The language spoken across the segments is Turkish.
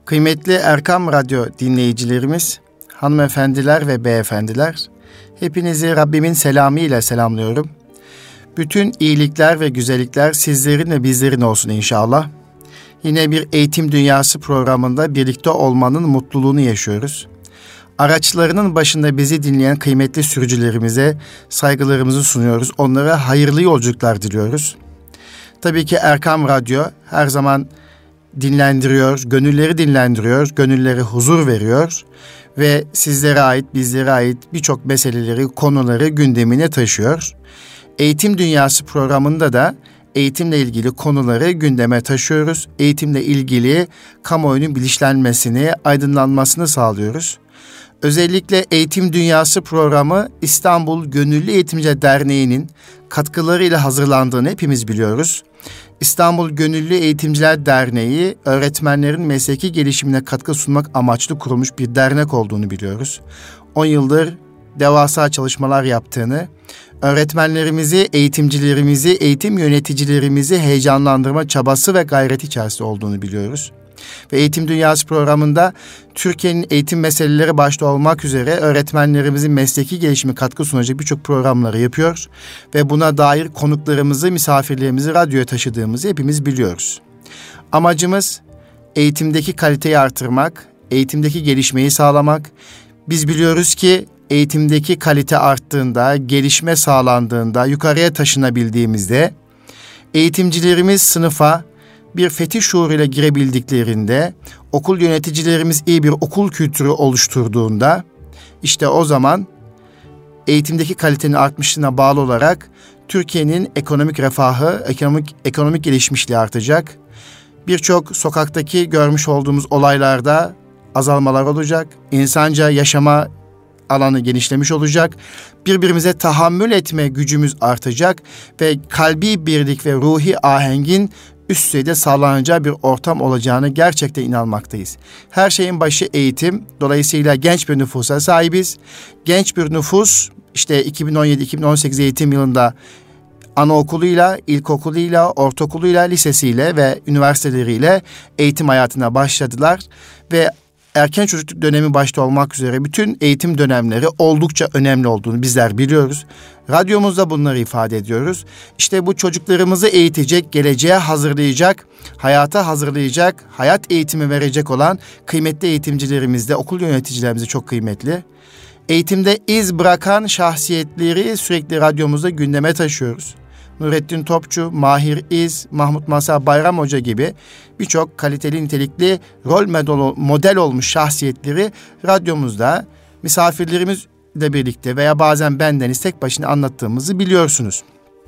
Kıymetli Erkam Radyo dinleyicilerimiz, hanımefendiler ve beyefendiler, hepinizi Rabbimin selamıyla selamlıyorum. Bütün iyilikler ve güzellikler sizlerin ve bizlerin olsun inşallah. Yine bir Eğitim Dünyası programında birlikte olmanın mutluluğunu yaşıyoruz. Araçlarının başında bizi dinleyen kıymetli sürücülerimize saygılarımızı sunuyoruz. Onlara hayırlı yolculuklar diliyoruz. Tabii ki Erkam Radyo her zaman dinlendiriyor, gönülleri dinlendiriyor, gönüllere huzur veriyor ve sizlere ait, bizlere ait birçok meseleleri, konuları gündemine taşıyor. Eğitim Dünyası programında da eğitimle ilgili konuları gündeme taşıyoruz. Eğitimle ilgili kamuoyunun bilinçlenmesini, aydınlanmasını sağlıyoruz. Özellikle Eğitim Dünyası programı İstanbul Gönüllü Eğitimciler Derneği'nin katkılarıyla hazırlandığını hepimiz biliyoruz. İstanbul Gönüllü Eğitimciler Derneği, öğretmenlerin mesleki gelişimine katkı sunmak amaçlı kurulmuş bir dernek olduğunu biliyoruz. 10 yıldır devasa çalışmalar yaptığını, öğretmenlerimizi, eğitimcilerimizi, eğitim yöneticilerimizi heyecanlandırma çabası ve gayreti içerisinde olduğunu biliyoruz. Ve Eğitim Dünyası programında Türkiye'nin eğitim meseleleri başta olmak üzere öğretmenlerimizin mesleki gelişimi katkı sunacak birçok programları yapıyor. Ve buna dair konuklarımızı, misafirlerimizi radyoya taşıdığımızı hepimiz biliyoruz. Amacımız eğitimdeki kaliteyi artırmak, eğitimdeki gelişmeyi sağlamak. Biz biliyoruz ki eğitimdeki kalite arttığında, gelişme sağlandığında, yukarıya taşınabildiğimizde eğitimcilerimiz sınıfa bir fetih şuuruyla girebildiklerinde, okul yöneticilerimiz iyi bir okul kültürü oluşturduğunda, işte o zaman eğitimdeki kalitenin artmışlığına bağlı olarak Türkiye'nin ekonomik refahı, ekonomik gelişmişliği artacak. Birçok sokaktaki görmüş olduğumuz olaylarda azalmalar olacak. İnsanca yaşama alanı genişlemiş olacak. Birbirimize tahammül etme gücümüz artacak ve kalbi birlik ve ruhi ahengin üst düzeyde sağlanacağı bir ortam olacağını gerçekten inanmaktayız. Her şeyin başı eğitim. Dolayısıyla genç bir nüfusa sahibiz. Genç bir nüfus işte 2017-2018 eğitim yılında anaokuluyla, ilkokuluyla, ortaokuluyla, lisesiyle ve üniversiteleriyle eğitim hayatına başladılar ve erken çocukluk dönemi başta olmak üzere bütün eğitim dönemleri oldukça önemli olduğunu bizler biliyoruz. Radyomuzda bunları ifade ediyoruz. İşte bu çocuklarımızı eğitecek, geleceğe hazırlayacak, hayata hazırlayacak, hayat eğitimi verecek olan kıymetli eğitimcilerimiz de, okul yöneticilerimiz de çok kıymetli. Eğitimde iz bırakan şahsiyetleri sürekli radyomuzda gündeme taşıyoruz. Nurettin Topçu, Mahir İz, Mahmut Masa Bayram Hoca gibi birçok kaliteli, nitelikli rol model olmuş şahsiyetleri radyomuzda misafirlerimizle birlikte veya bazen bendeniz tek başına anlattığımızı biliyorsunuz.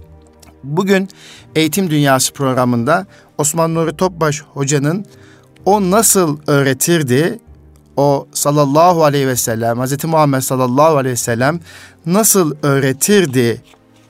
Bugün Eğitim Dünyası programında Osman Nuri Topbaş Hoca'nın o nasıl öğretirdi, o sallallahu aleyhi ve sellem, Hazreti Muhammed sallallahu aleyhi ve sellem nasıl öğretirdi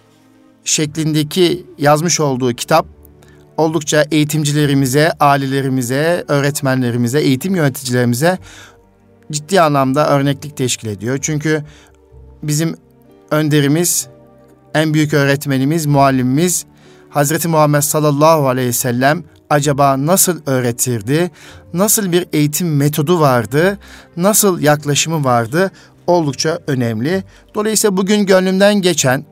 şeklindeki yazmış olduğu kitap oldukça eğitimcilerimize, ailelerimize, öğretmenlerimize, eğitim yöneticilerimize ciddi anlamda örneklik teşkil ediyor. Çünkü bizim önderimiz, en büyük öğretmenimiz, muallimimiz Hazreti Muhammed sallallahu aleyhi ve sellem acaba nasıl öğretirdi? Nasıl bir eğitim metodu vardı? Nasıl yaklaşımı vardı? Oldukça önemli. Dolayısıyla bugün gönlümden geçen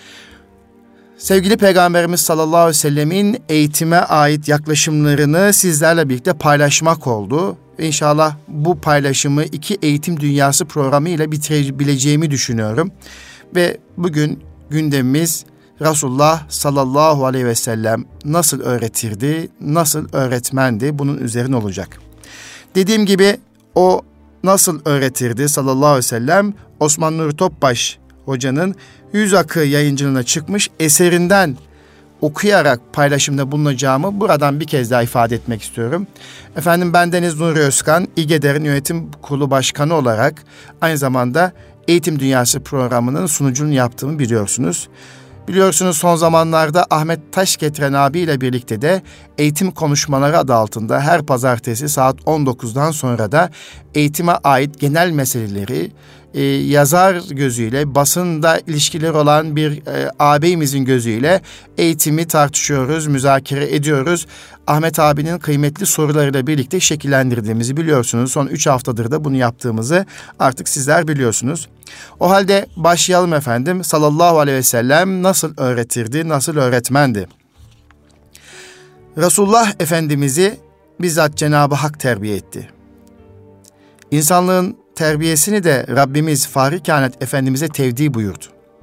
sevgili Peygamberimiz sallallahu aleyhi ve sellemin eğitime ait yaklaşımlarını sizlerle birlikte paylaşmak oldu. İnşallah bu paylaşımı 2 Eğitim Dünyası programı ile bitirebileceğimi düşünüyorum. Ve bugün gündemimiz Resulullah sallallahu aleyhi ve sellem nasıl öğretirdi, nasıl öğretmendi, bunun üzerine olacak. Dediğim gibi o nasıl öğretirdi sallallahu aleyhi ve sellem, Osman Nuri Topbaş Hoca'nın Yüz Akı yayıncılığına çıkmış eserinden okuyarak paylaşımda bulunacağımı buradan bir kez daha ifade etmek istiyorum. Efendim, bendeniz Nuri Özkan, İGEDER'in yönetim kurulu başkanı olarak aynı zamanda Eğitim Dünyası programının sunuculuğunu yaptığımı biliyorsunuz. Biliyorsunuz son zamanlarda Ahmet Taşgetiren abiyle birlikte de eğitim konuşmaları adı altında her pazartesi saat 19'dan sonra da eğitime ait genel meseleleri, yazar gözüyle, basında ilişkileri olan bir ağabeyimizin gözüyle eğitimi tartışıyoruz, müzakere ediyoruz. Ahmet abinin kıymetli sorularıyla birlikte şekillendirdiğimizi biliyorsunuz. Son 3 haftadır da bunu yaptığımızı artık sizler biliyorsunuz. O halde başlayalım efendim. Sallallahu aleyhi ve sellem nasıl öğretirdi, nasıl öğretmendi? Resulullah Efendimiz'i bizzat Cenab-ı Hak terbiye etti. İnsanlığın terbiyesini de Rabbimiz Fahri Kainat Efendimiz'e tevdi buyurdu.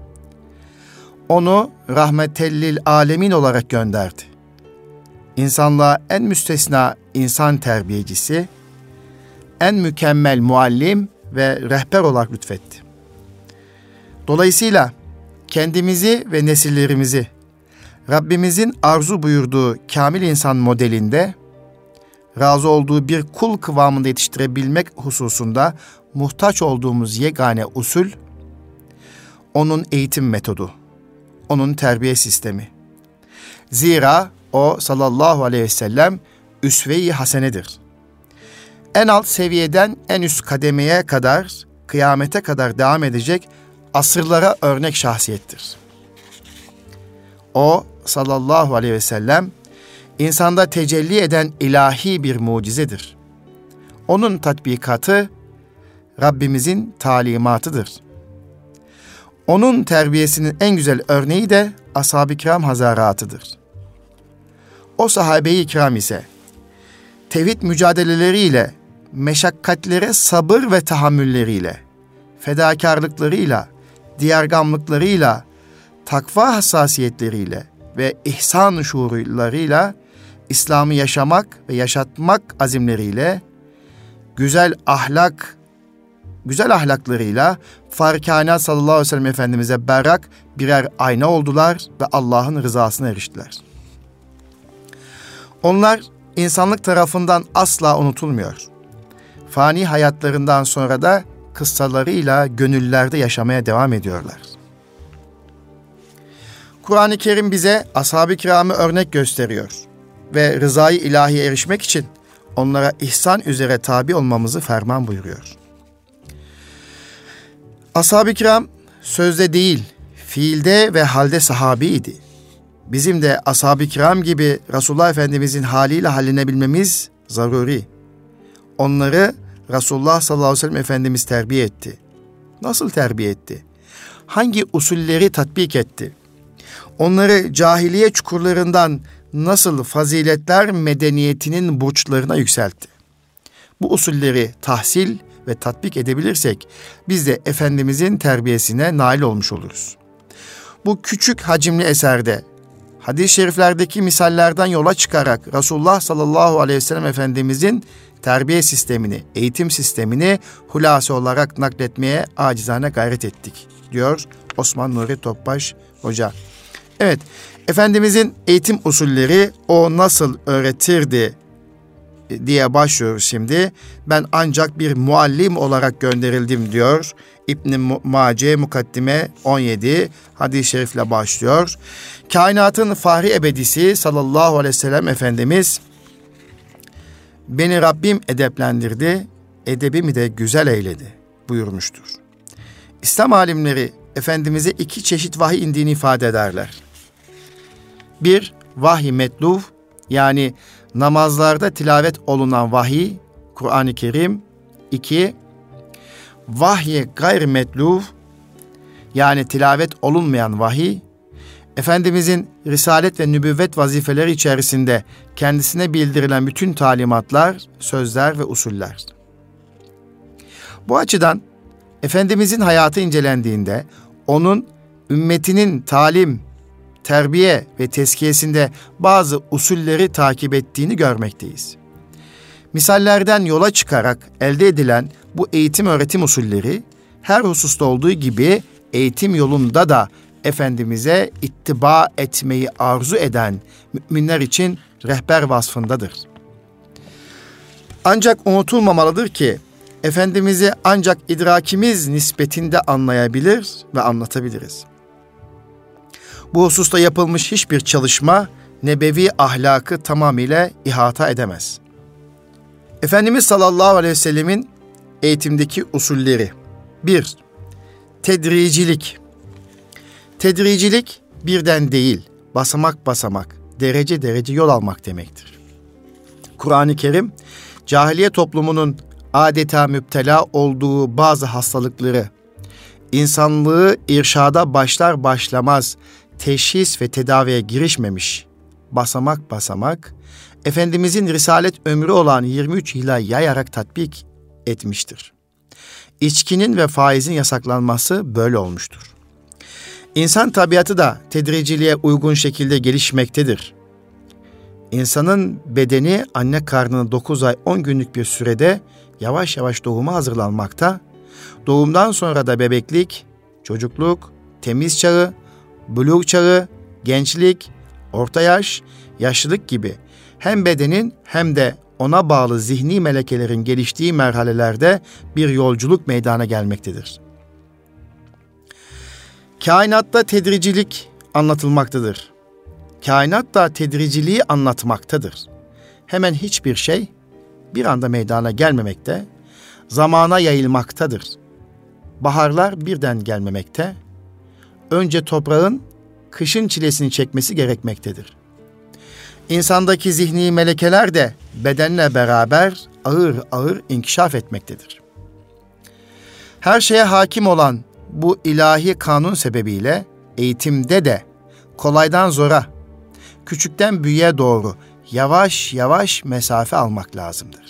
Onu rahmetellil alemin olarak gönderdi. İnsanlığa en müstesna insan terbiyecisi, en mükemmel muallim ve rehber olarak lütfetti. Dolayısıyla kendimizi ve nesillerimizi Rabbimizin arzu buyurduğu kamil insan modelinde, razı olduğu bir kul kıvamında yetiştirebilmek hususunda muhtaç olduğumuz yegane usul, onun eğitim metodu, onun terbiye sistemi. Zira o sallallahu aleyhi ve sellem üsve-i hasenedir. En alt seviyeden en üst kademeye kadar, kıyamete kadar devam edecek asırlara örnek şahsiyettir. O sallallahu aleyhi ve sellem insanda tecelli eden ilahi bir mucizedir. Onun tatbikatı Rabbimizin talimatıdır. Onun terbiyesinin en güzel örneği de ashab-ı kiram hazaratıdır. O sahabe-i kiram ise tevhid mücadeleleriyle, meşakkatlere sabır ve tahammülleriyle, fedakarlıklarıyla, diyargamlıklarıyla, takva hassasiyetleriyle ve ihsan şuurlarıyla İslam'ı yaşamak ve yaşatmak azimleriyle, güzel ahlaklarıyla Fahri Kainat sallallahu aleyhi ve sellem Efendimiz'e berrak birer ayna oldular ve Allah'ın rızasına eriştiler. Onlar insanlık tarafından asla unutulmuyor. Fani hayatlarından sonra da kıssalarıyla gönüllerde yaşamaya devam ediyorlar. Kur'an-ı Kerim bize ashab-ı kiramı örnek gösteriyor ve rızayı ilahiye erişmek için onlara ihsan üzere tabi olmamızı ferman buyuruyor. Ashab-ı kiram sözde değil, fiilde ve halde sahabiydi. Bizim de ashab-ı kiram gibi Resulullah Efendimizin haliyle hallenebilmemiz zaruri. Onları Resulullah sallallahu aleyhi ve sellem Efendimiz terbiye etti. Nasıl terbiye etti? Hangi usulleri tatbik etti? Onları cahiliye çukurlarından nasıl faziletler medeniyetinin burçlarına yükseltti? Bu usulleri tahsil ve tatbik edebilirsek biz de Efendimizin terbiyesine nail olmuş oluruz. Bu küçük hacimli eserde hadis-i şeriflerdeki misallerden yola çıkarak Resulullah sallallahu aleyhi ve sellem Efendimizin terbiye sistemini, eğitim sistemini hulasa olarak nakletmeye acizane gayret ettik, diyor Osman Nuri Topbaş Hoca. Evet, Efendimizin eğitim usulleri o nasıl öğretirdi diye başlıyoruz şimdi. Ben ancak bir muallim olarak gönderildim diyor. İbn-i Mace Mukaddime 17 hadis-i şerifle başlıyor. Kainatın fahri ebedisi sallallahu aleyhi ve sellem Efendimiz beni Rabbim edeplendirdi, edebimi de güzel eyledi buyurmuştur. İslam alimleri Efendimiz'e 2 çeşit vahiy indiğini ifade ederler. 1. Vahiy metluv, yani namazlarda tilavet olunan vahiy, Kur'an-ı Kerim. 2. Vahiy gayr metluv, yani tilavet olunmayan vahiy, Efendimizin risalet ve nübüvvet vazifeleri içerisinde kendisine bildirilen bütün talimatlar, sözler ve usuller. Bu açıdan Efendimizin hayatı incelendiğinde onun ümmetinin talim, terbiye ve tezkiyesinde bazı usulleri takip ettiğini görmekteyiz. Misallerden yola çıkarak elde edilen bu eğitim öğretim usulleri her hususta olduğu gibi eğitim yolunda da Efendimiz'e ittiba etmeyi arzu eden müminler için rehber vasfındadır. Ancak unutulmamalıdır ki Efendimiz'i ancak idrakimiz nispetinde anlayabilir ve anlatabiliriz. Bu hususta yapılmış hiçbir çalışma nebevi ahlakı tamamıyla ihata edemez. Efendimiz sallallahu aleyhi ve sellemin eğitimdeki usulleri, 1. Tedricilik. Tedricilik birden değil, basamak basamak, derece derece yol almak demektir. Kur'an-ı Kerim, cahiliye toplumunun adeta müptela olduğu bazı hastalıkları, insanlığı irşada başlar başlamaz teşhis ve tedaviye girişmemiş, basamak basamak, Efendimizin risalet ömrü olan 23 yıla yayarak tatbik etmiştir. İçkinin ve faizin yasaklanması böyle olmuştur. İnsan tabiatı da tedriciliğe uygun şekilde gelişmektedir. İnsanın bedeni anne karnının 9 ay 10 günlük bir sürede yavaş yavaş doğuma hazırlanmakta, doğumdan sonra da bebeklik, çocukluk, temiz çağı, bulûg çağı, gençlik, orta yaş, yaşlılık gibi hem bedenin hem de ona bağlı zihni melekelerin geliştiği merhalelerde bir yolculuk meydana gelmektedir. Kainatta tedricilik anlatılmaktadır. Kainat da tedriciliği anlatmaktadır. Hemen hiçbir şey bir anda meydana gelmemekte, zamana yayılmaktadır. Baharlar birden gelmemekte, önce toprağın kışın çilesini çekmesi gerekmektedir. İnsandaki zihni melekeler de bedenle beraber ağır ağır inkişaf etmektedir. Her şeye hakim olan bu ilahi kanun sebebiyle eğitimde de kolaydan zora, küçükten büyüğe doğru yavaş yavaş mesafe almak lazımdır.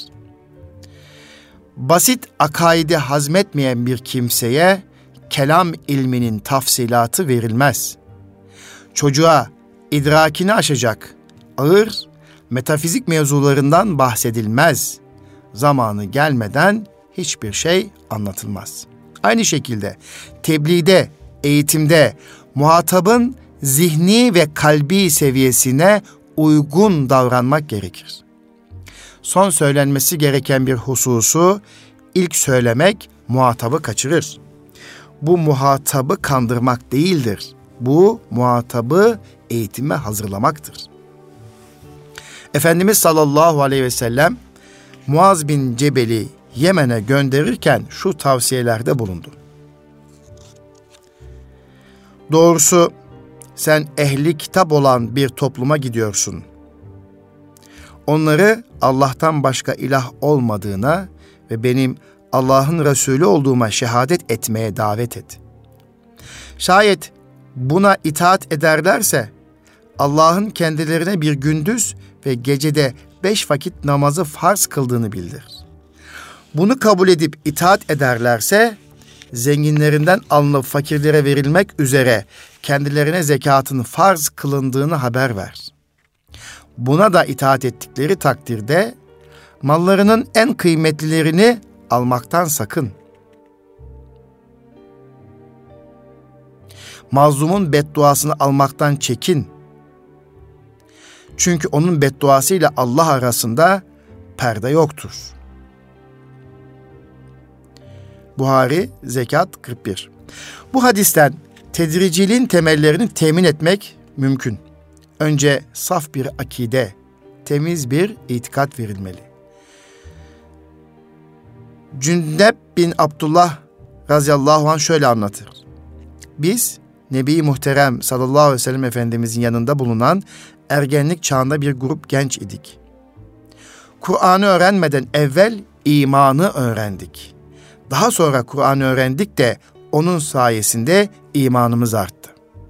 Basit akaidi hazmetmeyen bir kimseye kelam ilminin tafsilatı verilmez. Çocuğa idrakini aşacak ağır metafizik mevzularından bahsedilmez. Zamanı gelmeden hiçbir şey anlatılmaz. Aynı şekilde tebliğde, eğitimde muhatabın zihni ve kalbi seviyesine uygun davranmak gerekir. Son söylenmesi gereken bir hususu ilk söylemek muhatabı kaçırır. Bu muhatabı kandırmak değildir. Bu muhatabı eğitime hazırlamaktır. Efendimiz sallallahu aleyhi ve sellem Muaz bin Cebel'i Yemen'e gönderirken şu tavsiyelerde bulundu. Doğrusu sen ehli kitap olan bir topluma gidiyorsun. Onları Allah'tan başka ilah olmadığına ve benim Allah'ın Resulü olduğuma şehadet etmeye davet et. Şayet buna itaat ederlerse Allah'ın kendilerine bir gündüz ve gecede 5 vakit namazı farz kıldığını bildir. Bunu kabul edip itaat ederlerse zenginlerinden alınıp fakirlere verilmek üzere kendilerine zekatın farz kılındığını haber ver. Buna da itaat ettikleri takdirde mallarının en kıymetlilerini almaktan sakın. Mazlumun bedduasını almaktan çekin. Çünkü onun bedduasıyla Allah arasında perde yoktur. Buhari Zekat 41. Bu hadisten tedriciliğin temellerini temin etmek mümkün. Önce saf bir akide, temiz bir itikat verilmeli. Cündep bin Abdullah radıyallahu anh şöyle anlatır. Biz Nebi Muhterem sallallahu aleyhi ve sellem Efendimizin yanında bulunan ergenlik çağında bir grup genç idik. Kur'an'ı öğrenmeden evvel imanı öğrendik. Daha sonra Kur'an'ı öğrendik de onun sayesinde imanımız arttı.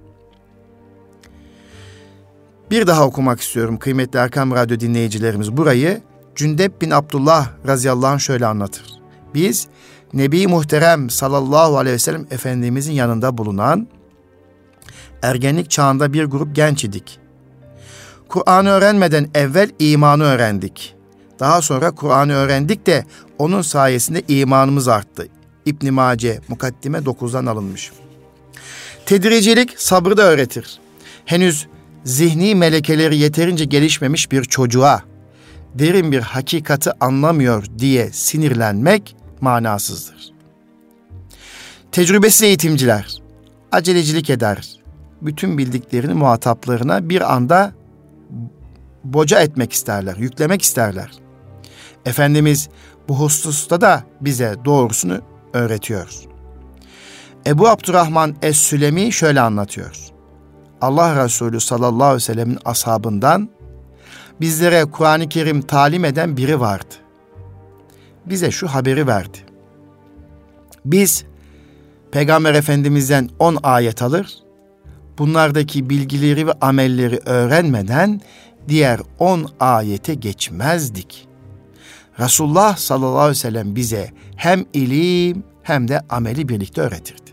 Bir daha okumak istiyorum kıymetli Erkam Radyo dinleyicilerimiz. Burayı Cündep bin Abdullah radıyallahu anh şöyle anlatır. Biz Nebi Muhterem sallallahu aleyhi ve sellem Efendimizin yanında bulunan ergenlik çağında bir grup genç idik. Kur'an'ı öğrenmeden evvel imanı öğrendik. Daha sonra Kur'an'ı öğrendik de onun sayesinde imanımız arttı. İbn-i Mace Mukaddime 9'dan alınmış. Tedricilik sabrı da öğretir. Henüz zihni melekeleri yeterince gelişmemiş bir çocuğa derin bir hakikati anlamıyor diye sinirlenmek manasızdır. Tecrübesiz eğitimciler acelecilik eder. Bütün bildiklerini muhataplarına bir anda boca etmek isterler, yüklemek isterler. Efendimiz bu hususta da bize doğrusunu öğretiyor. Ebu Abdurrahman Es-Sülemi şöyle anlatıyor. Allah Resulü sallallahu aleyhi ve sellemin ashabından bizlere Kur'an-ı Kerim talim eden biri vardı. Bize şu haberi verdi. Biz Peygamber Efendimiz'den 10 ayet alır, bunlardaki bilgileri ve amelleri öğrenmeden diğer 10 ayete geçmezdik. Resulullah sallallahu aleyhi ve sellem bize hem ilim hem de ameli birlikte öğretirdi.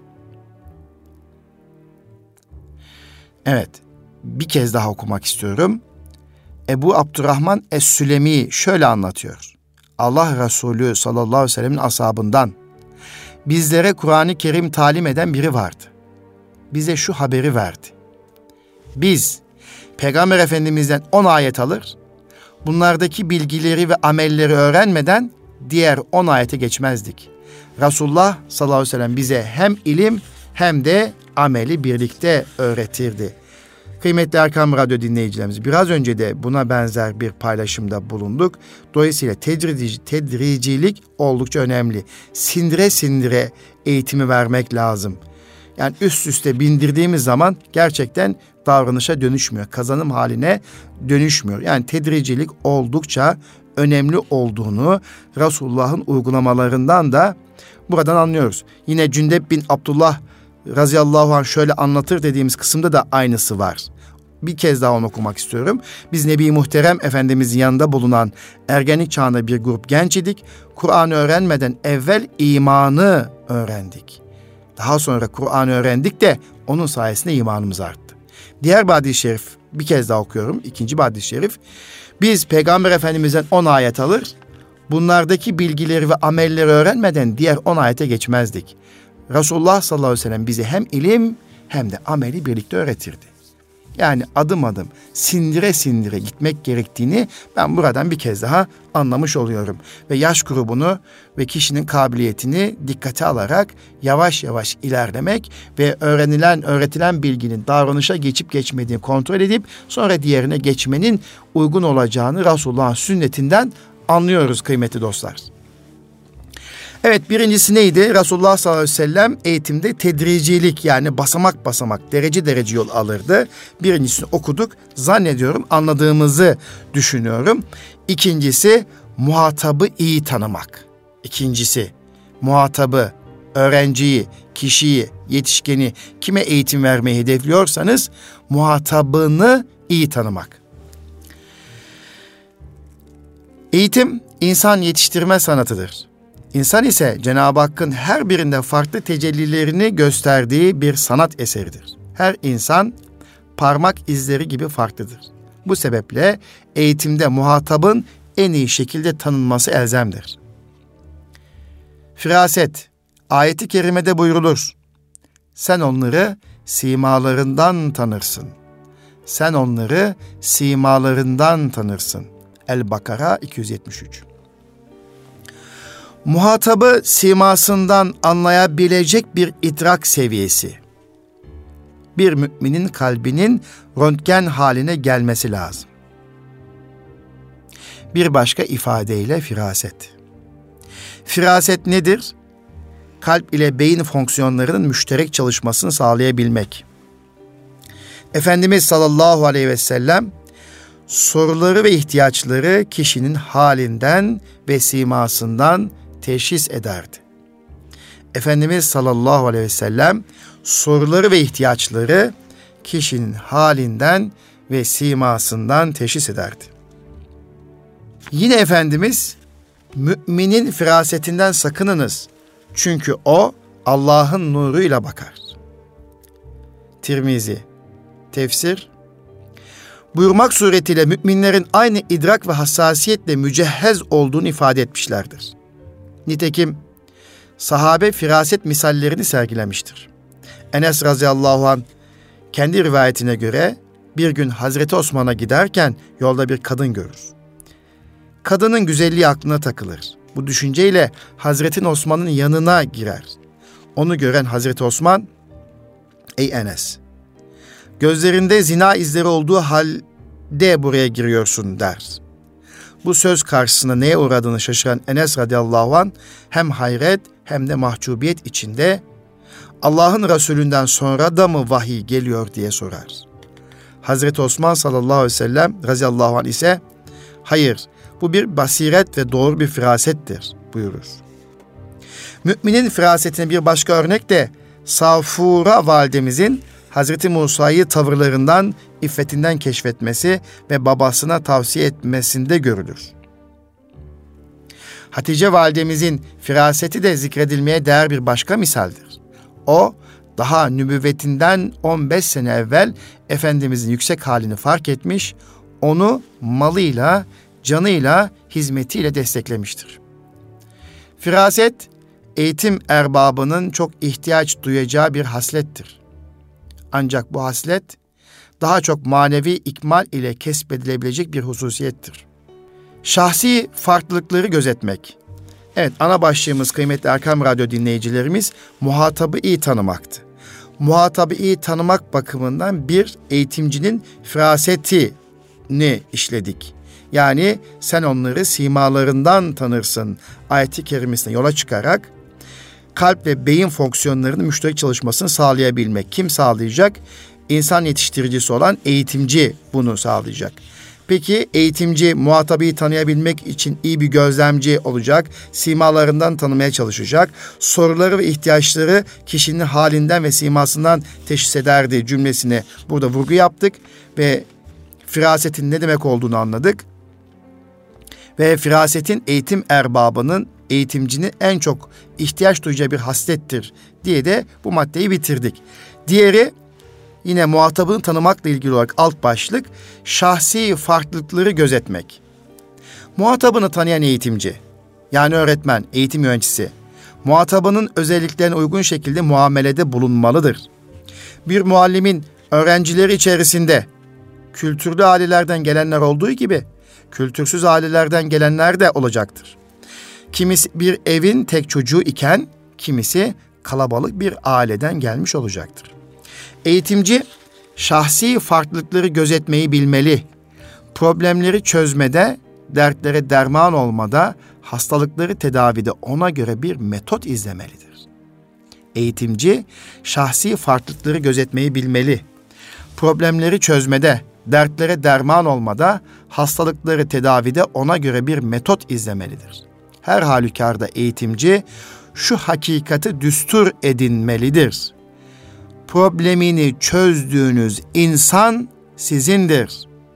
Evet, bir kez daha okumak istiyorum. Ebu Abdurrahman Es-Sülemi şöyle anlatıyor. Allah Resulü sallallahu aleyhi ve sellemin ashabından bizlere Kur'an-ı Kerim talim eden biri vardı. Bize şu haberi verdi. Biz Peygamber Efendimiz'den 10 ayet alır, bunlardaki bilgileri ve amelleri öğrenmeden diğer 10 ayete geçmezdik. Resulullah sallallahu aleyhi ve sellem bize hem ilim hem de ameli birlikte öğretirdi. Kıymetli Erkam Radyo dinleyicilerimiz, biraz önce de buna benzer bir paylaşımda bulunduk. Dolayısıyla tedricilik oldukça önemli. Sindire sindire eğitimi vermek lazım. Yani üst üste bindirdiğimiz zaman gerçekten davranışa dönüşmüyor. Kazanım haline dönüşmüyor. Yani tedricilik oldukça önemli olduğunu Resulullah'ın uygulamalarından da buradan anlıyoruz. Yine Cündep bin Abdullah radıyallahu anh şöyle anlatır dediğimiz kısımda da aynısı var. Bir kez daha onu okumak istiyorum. Biz Nebi Muhterem Efendimizin yanında bulunan ergenlik çağında bir grup genç idik. Kur'an'ı öğrenmeden evvel imanı öğrendik. Daha sonra Kur'an'ı öğrendik de onun sayesinde imanımız arttı. Diğer bir hadis-i şerif, bir kez daha okuyorum. İkinci bir hadis-i şerif. Biz Peygamber Efendimiz'den 10 ayet alır, bunlardaki bilgileri ve amelleri öğrenmeden diğer 10 ayete geçmezdik. Resulullah sallallahu aleyhi ve sellem bize hem ilim hem de ameli birlikte öğretirdi. Yani adım adım sindire sindire gitmek gerektiğini ben buradan bir kez daha anlamış oluyorum. Ve yaş grubunu ve kişinin kabiliyetini dikkate alarak yavaş yavaş ilerlemek ve öğretilen bilginin davranışa geçip geçmediğini kontrol edip sonra diğerine geçmenin uygun olacağını Resulullah'ın sünnetinden anlıyoruz kıymetli dostlar. Evet, birincisi neydi? Resulullah sallallahu aleyhi ve sellem eğitimde tedricilik, yani basamak basamak, derece derece yol alırdı. Birincisini okuduk. Zannediyorum anladığımızı düşünüyorum. İkincisi muhatabı iyi tanımak. İkincisi muhatabı, öğrenciyi, kişiyi, yetişkeni, kime eğitim vermeyi hedefliyorsanız muhatabını iyi tanımak. Eğitim insan yetiştirme sanatıdır. İnsan ise Cenab-ı Hakk'ın her birinde farklı tecellilerini gösterdiği bir sanat eseridir. Her insan parmak izleri gibi farklıdır. Bu sebeple eğitimde muhatabın en iyi şekilde tanınması elzemdir. Firaset, ayet-i kerimede buyrulur. Sen onları simalarından tanırsın. Sen onları simalarından tanırsın. El-Bakara 273. Muhatabı simasından anlayabilecek bir idrak seviyesi. Bir müminin kalbinin röntgen haline gelmesi lazım. Bir başka ifadeyle firaset. Firaset nedir? Kalp ile beyin fonksiyonlarının müşterek çalışmasını sağlayabilmek. Efendimiz sallallahu aleyhi ve sellem soruları ve ihtiyaçları kişinin halinden ve simasından teşhis ederdi. Efendimiz sallallahu aleyhi ve sellem soruları ve ihtiyaçları kişinin halinden ve simasından teşhis ederdi. Yine Efendimiz, müminin firasetinden sakınınız. Çünkü o Allah'ın nuruyla bakar. Tirmizi, tefsir, buyurmak suretiyle müminlerin aynı idrak ve hassasiyetle mücehhez olduğunu ifade etmişlerdir. Nitekim sahabe firaset misallerini sergilemiştir. Enes radıyallahu anh kendi rivayetine göre bir gün Hazreti Osman'a giderken yolda bir kadın görür. Kadının güzelliği aklına takılır. Bu düşünceyle Hazreti Osman'ın yanına girer. Onu gören Hazreti Osman, "Ey Enes, gözlerinde zina izleri olduğu halde buraya giriyorsun," der. Bu söz karşısında neye uğradığını şaşıran Enes radıyallahu anh hem hayret hem de mahcubiyet içinde Allah'ın Resulünden sonra da mı vahiy geliyor diye sorar. Hazreti Osman sallallahu aleyhi ve sellem radıyallahu anh ise hayır, bu bir basiret ve doğru bir firasettir buyurur. Müminin firasetine bir başka örnek de Safura validemizin Hazreti Musa'yı tavırlarından, iffetinden keşfetmesi ve babasına tavsiye etmesinde görülür. Hatice validemizin firaseti de zikredilmeye değer bir başka misaldir. O, daha nübüvvetinden 15 sene evvel Efendimizin yüksek halini fark etmiş, onu malıyla, canıyla, hizmetiyle desteklemiştir. Firaset, eğitim erbabının çok ihtiyaç duyacağı bir haslettir. Ancak bu haslet, daha çok manevi ikmal ile kesbedilebilecek bir hususiyettir. Şahsi farklılıkları gözetmek. Evet, ana başlığımız kıymetli Erkam Radyo dinleyicilerimiz, muhatabı iyi tanımaktı. Muhatabı iyi tanımak bakımından bir eğitimcinin firasetini işledik. Yani sen onları simalarından tanırsın ayeti kerimesine yola çıkarak kalp ve beyin fonksiyonlarının müşterek çalışmasını sağlayabilmek. Kim sağlayacak? İnsan yetiştiricisi olan eğitimci bunu sağlayacak. Peki eğitimci muhatabı tanıyabilmek için iyi bir gözlemci olacak, simalarından tanımaya çalışacak, soruları ve ihtiyaçları kişinin halinden ve simasından teşhis ederdi cümlesine burada vurgu yaptık ve firasetin ne demek olduğunu anladık. Ve firasetin eğitim erbabının, eğitimcinin en çok ihtiyaç duyacağı bir haslettir diye de bu maddeyi bitirdik. Diğeri yine muhatabını tanımakla ilgili olarak alt başlık, şahsi farklılıkları gözetmek. Muhatabını tanıyan eğitimci, yani öğretmen, eğitim yöneticisi, muhatabının özelliklerine uygun şekilde muamelede bulunmalıdır. Bir muallimin öğrencileri içerisinde kültürlü ailelerden gelenler olduğu gibi, kültürsüz ailelerden gelenler de olacaktır. Kimisi bir evin tek çocuğu iken, kimisi kalabalık bir aileden gelmiş olacaktır. Eğitimci, şahsi farklılıkları gözetmeyi bilmeli. Problemleri çözmede, dertlere derman olmada, hastalıkları tedavide ona göre bir metot izlemelidir. Eğitimci, şahsi farklılıkları gözetmeyi bilmeli. Problemleri çözmede, dertlere derman olmada, hastalıkları tedavide ona göre bir metot izlemelidir. Her halükarda eğitimci şu hakikati düstur edinmelidir. Problemini çözdüğünüz insan sizindir.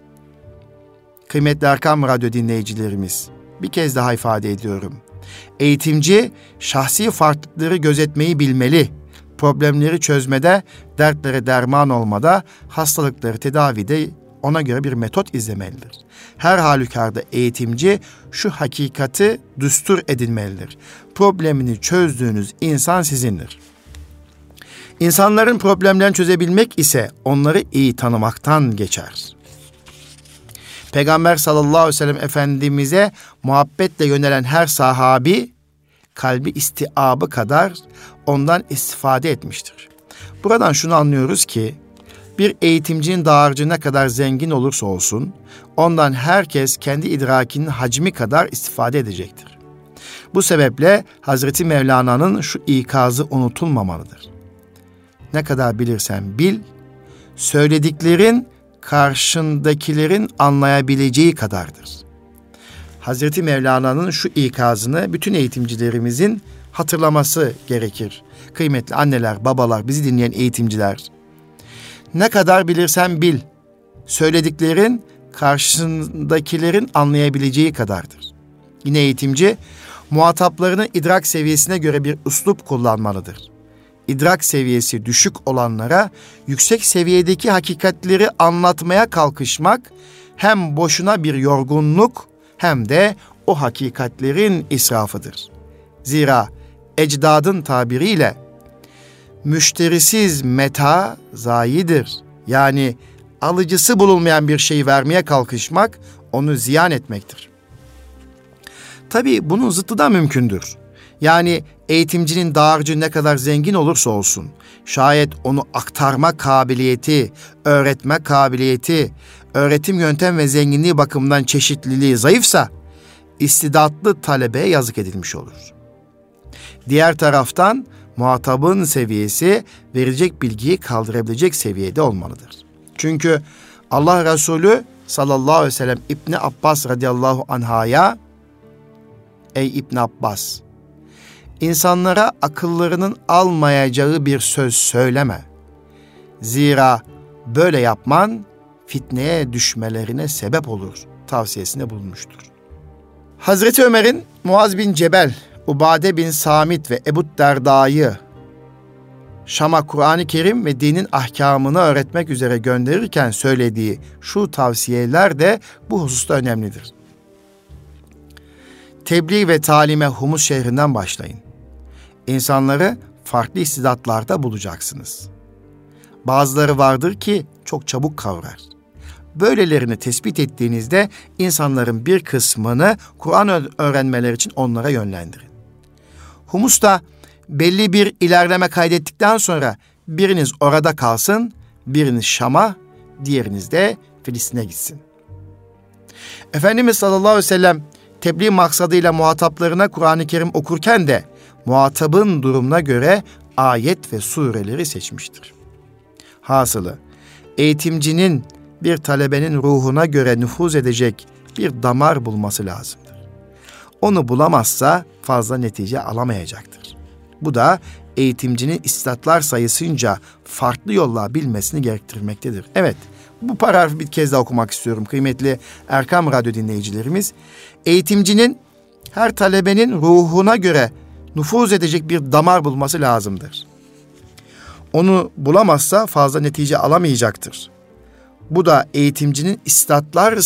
Kıymetli Erkam Radyo dinleyicilerimiz, bir kez daha ifade ediyorum. Eğitimci şahsi farklılıkları gözetmeyi bilmeli. Problemleri çözmede, dertlere derman olmada, hastalıkları tedavide ona göre bir metot izlemelidir. Her halükarda eğitimci şu hakikati düstur edinmelidir. Problemini çözdüğünüz insan sizindir. İnsanların problemlerini çözebilmek ise onları iyi tanımaktan geçer. Peygamber sallallahu aleyhi ve sellem Efendimiz'e muhabbetle yönelen her sahabi, kalbi istiabı kadar ondan istifade etmiştir. Buradan şunu anlıyoruz ki, bir eğitimcinin dağarcığı ne kadar zengin olursa olsun, ondan herkes kendi idrakinin hacmi kadar istifade edecektir. Bu sebeple Hazreti Mevlana'nın şu ikazı unutulmamalıdır. Ne kadar bilirsen bil, söylediklerin karşındakilerin anlayabileceği kadardır. Hazreti Mevlana'nın şu ikazını bütün eğitimcilerimizin hatırlaması gerekir. Kıymetli anneler, babalar, bizi dinleyen eğitimciler. Ne kadar bilirsen bil, söylediklerin karşındakilerin anlayabileceği kadardır. Yine eğitimci, muhataplarının idrak seviyesine göre bir üslup kullanmalıdır. İdrak seviyesi düşük olanlara yüksek seviyedeki hakikatleri anlatmaya kalkışmak hem boşuna bir yorgunluk hem de o hakikatlerin israfıdır. Zira ecdadın tabiriyle müşterisiz meta zayidir. Yani alıcısı bulunmayan bir şeyi vermeye kalkışmak onu ziyan etmektir. Tabii bunun zıttı da mümkündür. Yani eğitimcinin dağarcığı ne kadar zengin olursa olsun, şayet onu aktarma kabiliyeti, öğretme kabiliyeti, öğretim yöntem ve zenginliği bakımından çeşitliliği zayıfsa, istidatlı talebeye yazık edilmiş olur. Diğer taraftan muhatabın seviyesi verilecek bilgiyi kaldırabilecek seviyede olmalıdır. Çünkü Allah Resulü sallallahu aleyhi ve sellem İbni Abbas radıyallahu anhaya, ey İbni Abbas, insanlara akıllarının almayacağı bir söz söyleme. Zira böyle yapman fitneye düşmelerine sebep olur tavsiyesinde bulunmuştur. Hazreti Ömer'in Muaz bin Cebel, Ubade bin Samit ve Ebu Derda'yı Şam'a Kur'an-ı Kerim ve dinin ahkamını öğretmek üzere gönderirken söylediği şu tavsiyeler de bu hususta önemlidir. Tebliğ ve talime Humus şehrinden başlayın. İnsanları farklı istidatlarda bulacaksınız. Bazıları vardır ki çok çabuk kavrar. Böylelerini tespit ettiğinizde insanların bir kısmını Kur'an öğrenmeleri için onlara yönlendirin. Humus'ta belli bir ilerleme kaydettikten sonra biriniz orada kalsın, biriniz Şam'a, diğeriniz de Filistin'e gitsin. Efendimiz sallallahu aleyhi ve sellem tebliğ maksadıyla muhataplarına Kur'an-ı Kerim okurken de muhatabın durumuna göre ayet ve sureleri seçmiştir. Hasılı, eğitimcinin bir talebenin ruhuna göre nüfuz edecek bir damar bulması lazımdır. Onu bulamazsa fazla netice alamayacaktır. Bu da eğitimcinin istidatlar sayısınca farklı yollar bilmesini gerektirmektedir. Evet, bu paragrafı bir kez daha okumak istiyorum kıymetli Erkam Radyo dinleyicilerimiz. Eğitimcinin her talebenin ruhuna göre nüfuz edecek bir damar bulması lazımdır. Onu bulamazsa fazla netice alamayacaktır. Bu da eğitimcinin istidatlar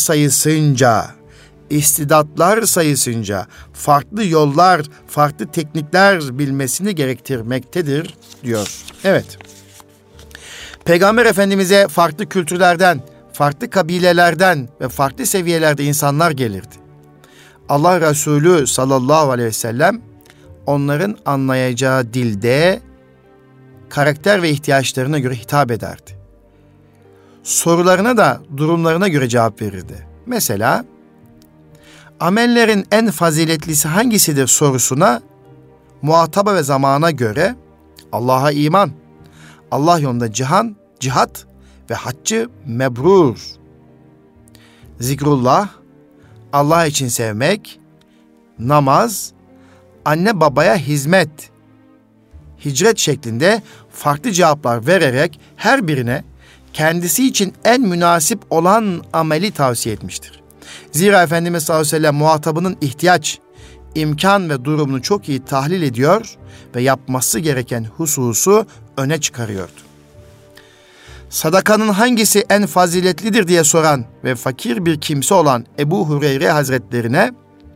sayısınca farklı yollar, farklı teknikler bilmesini gerektirmektedir diyor. Evet. Peygamber Efendimiz'e farklı kültürlerden, farklı kabilelerden ve farklı seviyelerde insanlar gelirdi. Allah Resulü sallallahu aleyhi ve sellem onların anlayacağı dilde karakter ve ihtiyaçlarına göre hitap ederdi. Sorularına da durumlarına göre cevap verirdi. Mesela amellerin en faziletlisi hangisidir sorusuna muhataba ve zamana göre Allah'a iman, Allah yolunda cihat ve haccı mebrur, zikrullah, Allah için sevmek, namaz, anne babaya hizmet, hicret şeklinde farklı cevaplar vererek her birine kendisi için en münasip olan ameli tavsiye etmiştir. Zira Efendimiz sallallahu aleyhi ve sellem muhatabının ihtiyaç, imkan ve durumunu çok iyi tahlil ediyor ve yapması gereken hususu öne çıkarıyordu. Sadakanın hangisi en faziletlidir diye soran ve fakir bir kimse olan Ebu Hureyre Hazretlerine,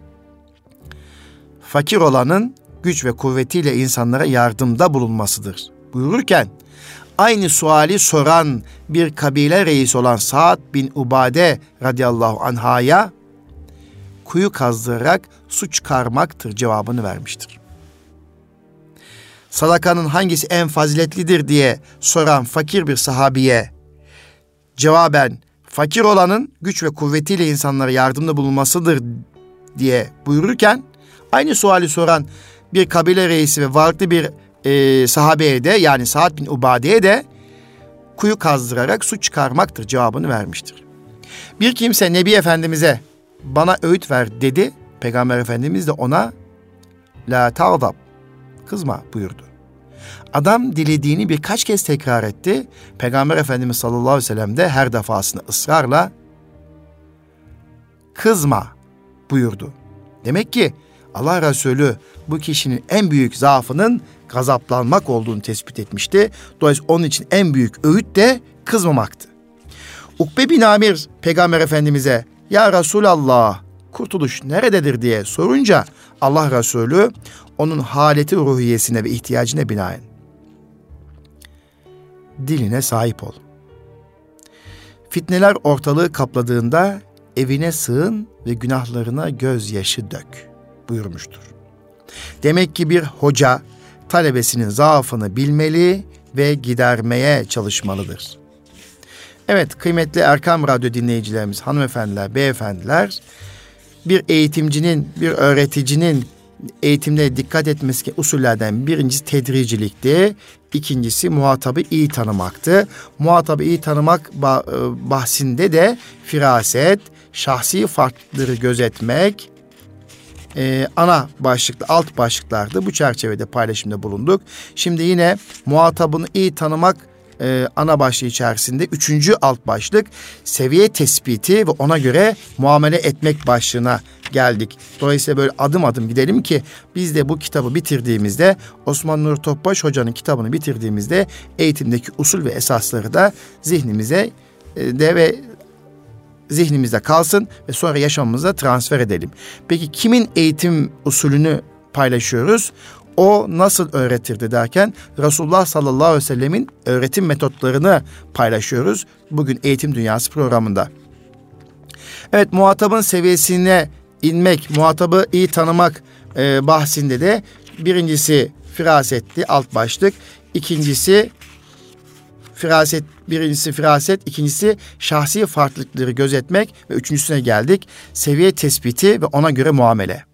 fakir olanın güç ve kuvvetiyle insanlara yardımda bulunmasıdır buyururken, aynı suali soran bir kabile reisi olan Sa'd bin Ubade radıyallahu anh'a kuyu kazdırarak su çıkarmaktır cevabını vermiştir. Sadakanın hangisi en faziletlidir diye soran fakir bir sahabiye cevaben fakir olanın güç ve kuvvetiyle insanlara yardımda bulunmasıdır diye buyururken, aynı suali soran bir kabile reisi ve varlıklı bir sahabeye de, yani Sa'd bin Ubade'ye de kuyu kazdırarak su çıkarmaktır cevabını vermiştir. Bir kimse Nebi Efendimiz'e bana öğüt ver dedi. Peygamber Efendimiz de ona la tağdab, kızma buyurdu. Adam dilediğini birkaç kez tekrar etti. Peygamber Efendimiz sallallahu aleyhi ve sellem de her defasında ısrarla kızma buyurdu. Demek ki Allah Resulü bu kişinin en büyük zaafının gazaplanmak olduğunu tespit etmişti. Dolayısıyla onun için en büyük öğüt de kızmamaktı. Ukbe bin Amir Peygamber Efendimiz'e ya Resulallah kurtuluş nerededir diye sorunca Allah Resulü onun haleti ruhiyesine ve ihtiyacına binaen diline sahip ol. Fitneler ortalığı kapladığında evine sığın ve günahlarına gözyaşı dök buyurmuştur. Demek ki bir hoca talebesinin zaafını bilmeli ve gidermeye çalışmalıdır. Evet kıymetli Erkam Radyo dinleyicilerimiz, hanımefendiler, beyefendiler, bir eğitimcinin, bir öğreticinin eğitimde dikkat etmesi usullerden birincisi tedricilikti. İkincisi muhatabı iyi tanımaktı. Muhatabı iyi tanımak bahsinde de firaset, şahsi farklılıkları gözetmek, ana başlıklı, alt başlıklardı. Bu çerçevede paylaşımda bulunduk. Şimdi yine muhatabını iyi tanımak ana başlığı içerisinde 3. alt başlık seviye tespiti ve ona göre muamele etmek başlığına geldik. Dolayısıyla böyle adım adım gidelim ki biz de bu kitabı bitirdiğimizde, Osman Nuri Topbaş Hoca'nın kitabını bitirdiğimizde eğitimdeki usul ve esasları da zihnimizde kalsın ve sonra yaşamımıza transfer edelim. Peki kimin eğitim usulünü paylaşıyoruz? O nasıl öğretirdi derken Resulullah sallallahu aleyhi ve sellemin öğretim metotlarını paylaşıyoruz bugün Eğitim Dünyası programında. Evet, muhatabın seviyesine inmek, muhatabı iyi tanımak bahsinde de birincisi firasetti, alt başlık. Birincisi firaset, ikincisi şahsi farklılıkları gözetmek ve üçüncüsüne geldik. Seviye tespiti ve ona göre muamele.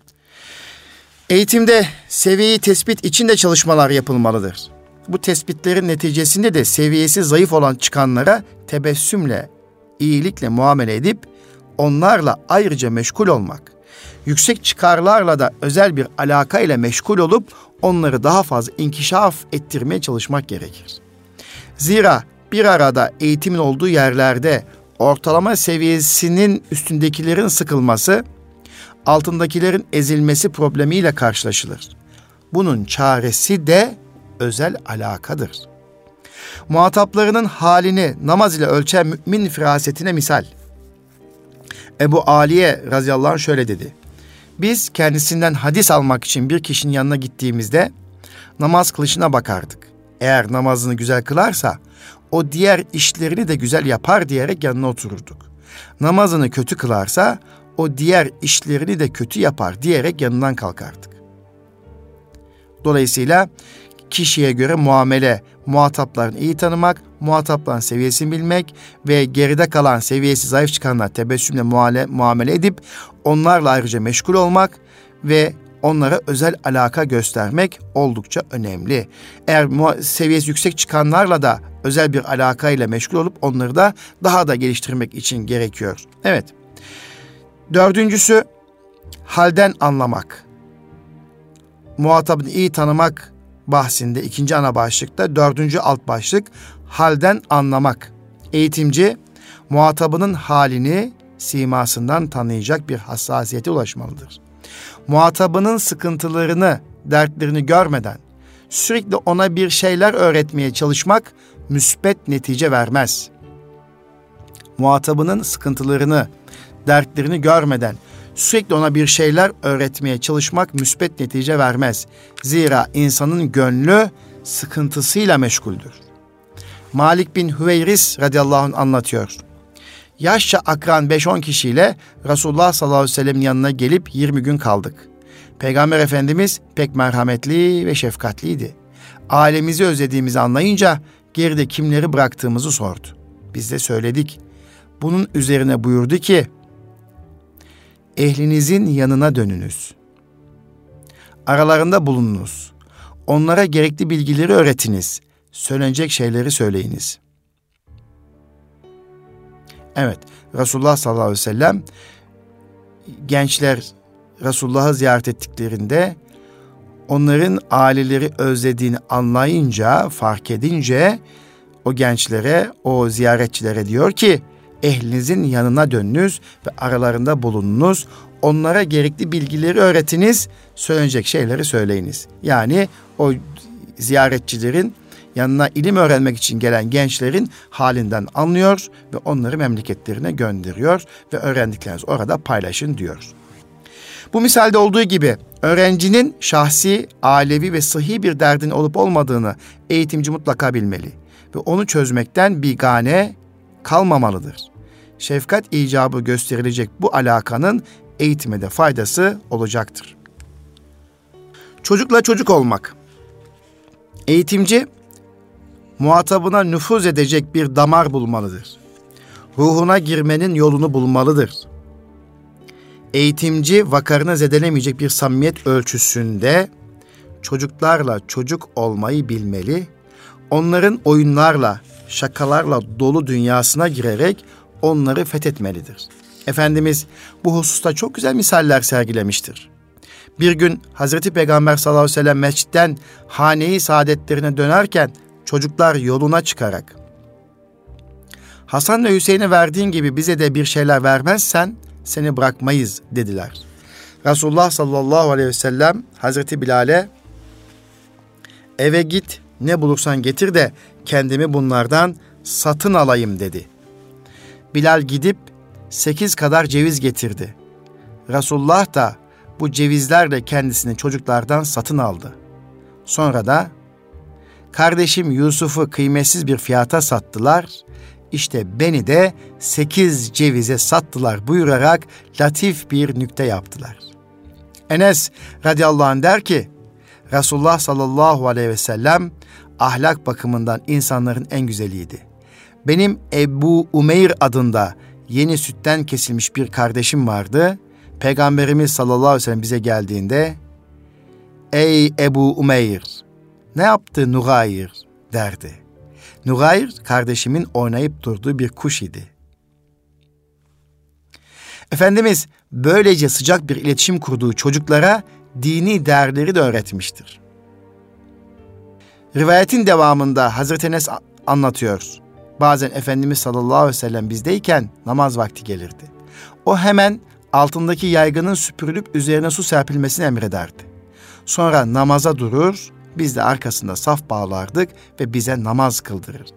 Eğitimde seviyeyi tespit için de çalışmalar yapılmalıdır. Bu tespitlerin neticesinde de seviyesi zayıf olan çıkanlara tebessümle, iyilikle muamele edip onlarla ayrıca meşgul olmak, yüksek çıkarlarla da özel bir alaka ile meşgul olup onları daha fazla inkişaf ettirmeye çalışmak gerekir. Zira bir arada eğitimin olduğu yerlerde ortalama seviyesinin üstündekilerin sıkılması, altındakilerin ezilmesi problemiyle karşılaşılır. Bunun çaresi de özel alakadır. Muhataplarının halini namaz ile ölçen mümin firasetine misal. Ebu Aliye radıyallahu anh şöyle dedi. Biz kendisinden hadis almak için bir kişinin yanına gittiğimizde namaz kılışına bakardık. Eğer namazını güzel kılarsa o diğer işlerini de güzel yapar diyerek yanına otururduk. Namazını kötü kılarsa o diğer işlerini de kötü yapar diyerek yanından kalkardık. Dolayısıyla kişiye göre muamele, muhataplarını iyi tanımak, muhatapların seviyesini bilmek ve geride kalan seviyesi zayıf çıkanlar tebessümle muamele edip onlarla ayrıca meşgul olmak ve onlara özel alaka göstermek oldukça önemli. Eğer seviyesi yüksek çıkanlarla da özel bir alakayla meşgul olup onları da daha da geliştirmek için gerekiyor. Evet. Dördüncüsü halden anlamak. Muhatabını iyi tanımak bahsinde ikinci ana başlıkta, dördüncü alt başlık halden anlamak. Eğitimci muhatabının halini simasından tanıyacak bir hassasiyete ulaşmalıdır. Muhatabının sıkıntılarını, dertlerini görmeden sürekli ona bir şeyler öğretmeye çalışmak müspet netice vermez. Muhatabının sıkıntılarını, dertlerini görmeden sürekli ona bir şeyler öğretmeye çalışmak müspet netice vermez. Zira insanın gönlü sıkıntısıyla meşguldür. Malik bin Hüveyris radıyallahu anh anlatıyor. Yaşça akran 5-10 kişiyle Resulullah sallallahu aleyhi ve sellem'in yanına gelip 20 gün kaldık. Peygamber Efendimiz pek merhametli ve şefkatliydi. Ailemizi özlediğimizi anlayınca geride kimleri bıraktığımızı sordu. Biz de söyledik. Bunun üzerine buyurdu ki, ehlinizin yanına dönünüz. Aralarında bulununuz. Onlara gerekli bilgileri öğretiniz. Söylenecek şeyleri söyleyiniz. Evet, Resulullah sallallahu aleyhi ve sellem gençler Resulullah'ı ziyaret ettiklerinde onların aileleri özlediğini anlayınca, fark edince o gençlere, o ziyaretçilere diyor ki, ehlinizin yanına dönünüz ve aralarında bulununuz. Onlara gerekli bilgileri öğretiniz, söylenecek şeyleri söyleyiniz. Yani o ziyaretçilerin yanına ilim öğrenmek için gelen gençlerin halinden anlıyor ve onları memleketlerine gönderiyor ve öğrendiklerinizi orada paylaşın diyor. Bu misalde olduğu gibi öğrencinin şahsi, ailevi ve sıhhi bir derdin olup olmadığını eğitimci mutlaka bilmeli ve onu çözmekten bigane kalmamalıdır. Şefkat icabı gösterilecek bu alakanın eğitime de faydası olacaktır. Çocukla çocuk olmak. Eğitimci muhatabına nüfuz edecek bir damar bulmalıdır. Ruhuna girmenin yolunu bulmalıdır. eğitimci vakarını zedelemeyecek bir samimiyet ölçüsünde çocuklarla çocuk olmayı bilmeli, onların oyunlarla, şakalarla dolu dünyasına girerek onları fethetmelidir. Efendimiz bu hususta çok güzel misaller sergilemiştir. Bir gün Hazreti Peygamber sallallahu aleyhi ve sellem mescitten hane-i saadetlerine dönerken çocuklar yoluna çıkarak Hasan ve Hüseyin'e verdiğin gibi bize de bir şeyler vermezsen seni bırakmayız dediler. Resulullah sallallahu aleyhi ve sellem Hazreti Bilal'e eve git ne bulursan getir de kendimi bunlardan satın alayım dedi. Bilal gidip 8 kadar ceviz getirdi. Resulullah da bu cevizlerle kendisini çocuklardan satın aldı. Sonra da kardeşim Yusuf'u kıymetsiz bir fiyata sattılar. İşte beni de 8 cevize sattılar buyurarak latif bir nükte yaptılar. Enes radıyallahu anh der ki, Resulullah sallallahu aleyhi ve sellem ahlak bakımından insanların en güzeliydi. Benim Ebu Umeyr adında yeni sütten kesilmiş bir kardeşim vardı. Peygamberimiz sallallahu aleyhi ve sellem bize geldiğinde, ey Ebu Umeyr, ne yaptı Nugayr derdi. Nugayr kardeşimin oynayıp durduğu bir kuş idi. Efendimiz böylece sıcak bir iletişim kurduğu çocuklara dini değerleri de öğretmiştir. Rivayetin devamında Hazreti Enes anlatıyor. Bazen Efendimiz sallallahu aleyhi ve sellem bizdeyken namaz vakti gelirdi. O hemen altındaki yaygının süpürülüp üzerine su serpilmesini emrederdi. Sonra namaza durur, biz de arkasında saf bağlardık ve bize namaz kıldırırdı.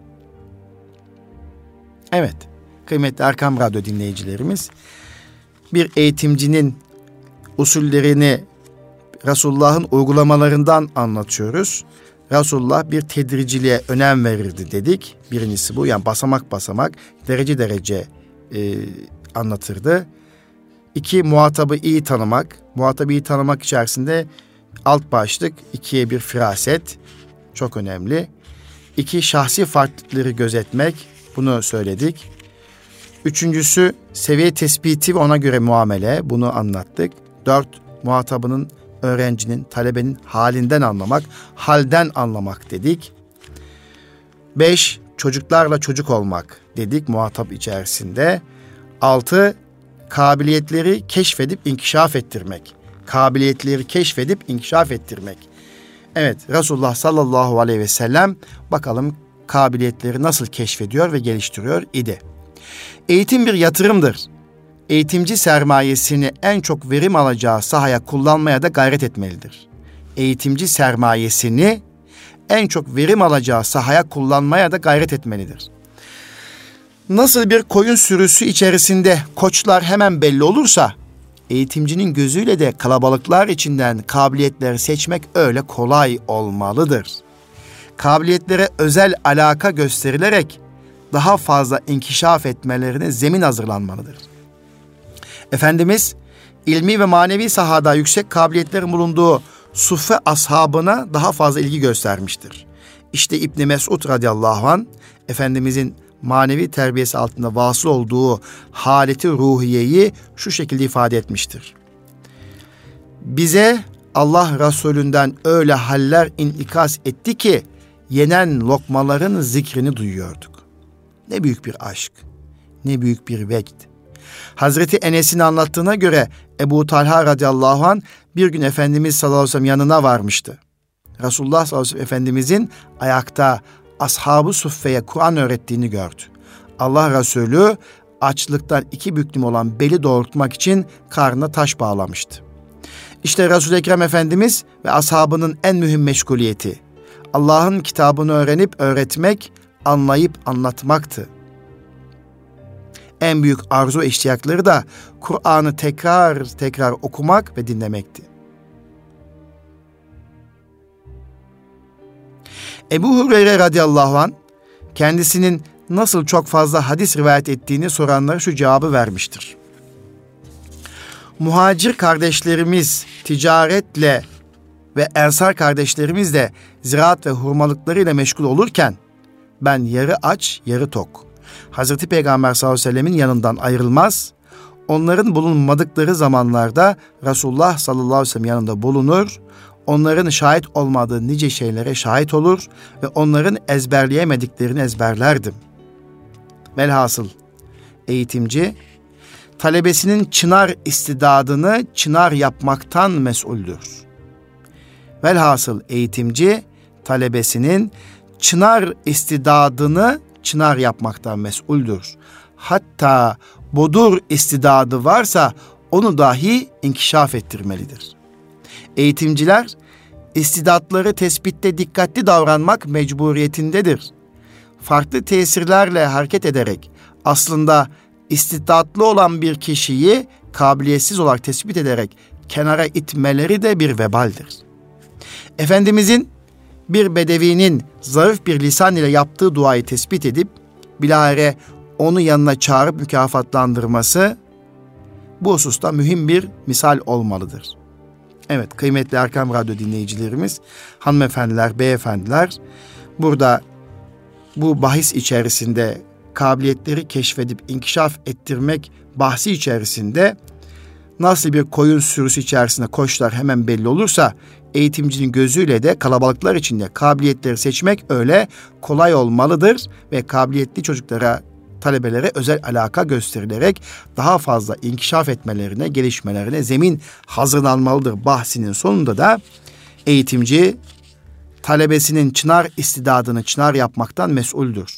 Evet, kıymetli Erkam Radyo dinleyicilerimiz, bir eğitimcinin usullerini Resulullah'ın uygulamalarından anlatıyoruz. Resulullah bir tedriciliğe önem verirdi dedik. Birincisi bu, yani basamak basamak, derece derece anlatırdı. 2, muhatabı iyi tanımak. Muhatabı iyi tanımak içerisinde alt başlık 2'ye bir firaset, çok önemli. 2, şahsi farklılıkları gözetmek, bunu söyledik. 3'üncüsü seviye tespiti ve ona göre muamele, bunu anlattık. 4, muhatabının, öğrencinin, talebenin halinden anlamak, halden anlamak dedik. 5, çocuklarla çocuk olmak dedik muhatap içerisinde. 6, kabiliyetleri keşfedip inkişaf ettirmek. Kabiliyetleri keşfedip inkişaf ettirmek. Evet, Resulullah sallallahu aleyhi ve sellem bakalım kabiliyetleri nasıl keşfediyor ve geliştiriyor idi. Eğitim bir yatırımdır. Eğitimci sermayesini en çok verim alacağı sahaya kullanmaya da gayret etmelidir. Eğitimci sermayesini en çok verim alacağı sahaya kullanmaya da gayret etmelidir. Nasıl bir koyun sürüsü içerisinde koçlar hemen belli olursa, eğitimcinin gözüyle de kalabalıklar içinden kabiliyetleri seçmek öyle kolay olmalıdır. Kabiliyetlere özel alaka gösterilerek daha fazla inkişaf etmelerine zemin hazırlanmalıdır. Efendimiz ilmi ve manevi sahada yüksek kabiliyetlerin bulunduğu suffe ashabına daha fazla ilgi göstermiştir. İşte İbn Mesud radıyallahu anh Efendimizin manevi terbiyesi altında vasıl olduğu haleti ruhiyeyi şu şekilde ifade etmiştir. Bize Allah Resulünden öyle haller inikas etti ki yenen lokmaların zikrini duyuyorduk. Ne büyük bir aşk, ne büyük bir vecd. Hazreti Enes'in anlattığına göre Ebu Talha radıyallahu anh bir gün Efendimiz sallallahu aleyhi ve sellem yanına varmıştı. Resulullah sallallahu aleyhi ve sellem Efendimizin ayakta ashab-ı suffeye Kur'an öğrettiğini gördü. Allah Resulü açlıktan 2 büklüm olan beli doğrultmak için karnına taş bağlamıştı. İşte Resul-i Ekrem Efendimiz ve ashabının en mühim meşguliyeti Allah'ın kitabını öğrenip öğretmek, anlayıp anlatmaktı. En büyük arzu iştiyakları da Kur'an'ı tekrar tekrar okumak ve dinlemekti. Ebu Hureyre radıyallahu anh kendisinin nasıl çok fazla hadis rivayet ettiğini soranlara şu cevabı vermiştir. Muhacir kardeşlerimiz ticaretle ve ensar kardeşlerimiz de ziraat ve hurmalıklarıyla meşgul olurken ben yarı aç yarı tok, Hazreti Peygamber sallallahu aleyhi ve sellemin yanından ayrılmaz, onların bulunmadıkları zamanlarda Resulullah sallallahu aleyhi ve sellem yanında bulunur, onların şahit olmadığı nice şeylere şahit olur ve onların ezberleyemediklerini ezberlerdim. Velhasıl eğitimci, talebesinin çınar istidadını çınar yapmaktan mesuldür. Velhasıl eğitimci, talebesinin çınar istidadını çınar yapmaktan mesuldür. Hatta bodur istidadı varsa onu dahi inkişaf ettirmelidir. Eğitimciler, istidatları tespitte dikkatli davranmak mecburiyetindedir. Farklı tesirlerle hareket ederek aslında istidatlı olan bir kişiyi kabiliyetsiz olarak tespit ederek kenara itmeleri de bir vebaldir. Efendimizin bir bedevinin zarif bir lisan ile yaptığı duayı tespit edip bilahare onu yanına çağırıp mükafatlandırması bu hususta mühim bir misal olmalıdır. Evet, kıymetli Erkam Radyo dinleyicilerimiz, hanımefendiler, beyefendiler, burada bu bahis içerisinde kabiliyetleri keşfedip inkişaf ettirmek bahsi içerisinde nasıl bir koyun sürüsü içerisinde koşlar hemen belli olursa, eğitimcinin gözüyle de kalabalıklar içinde kabiliyetleri seçmek öyle kolay olmalıdır ve kabiliyetli çocuklara, talebelere özel alaka gösterilerek daha fazla inkişaf etmelerine, gelişmelerine zemin hazırlanmalıdır. Bahsinin sonunda da eğitimci talebesinin çınar istidadını çınar yapmaktan mesuldür.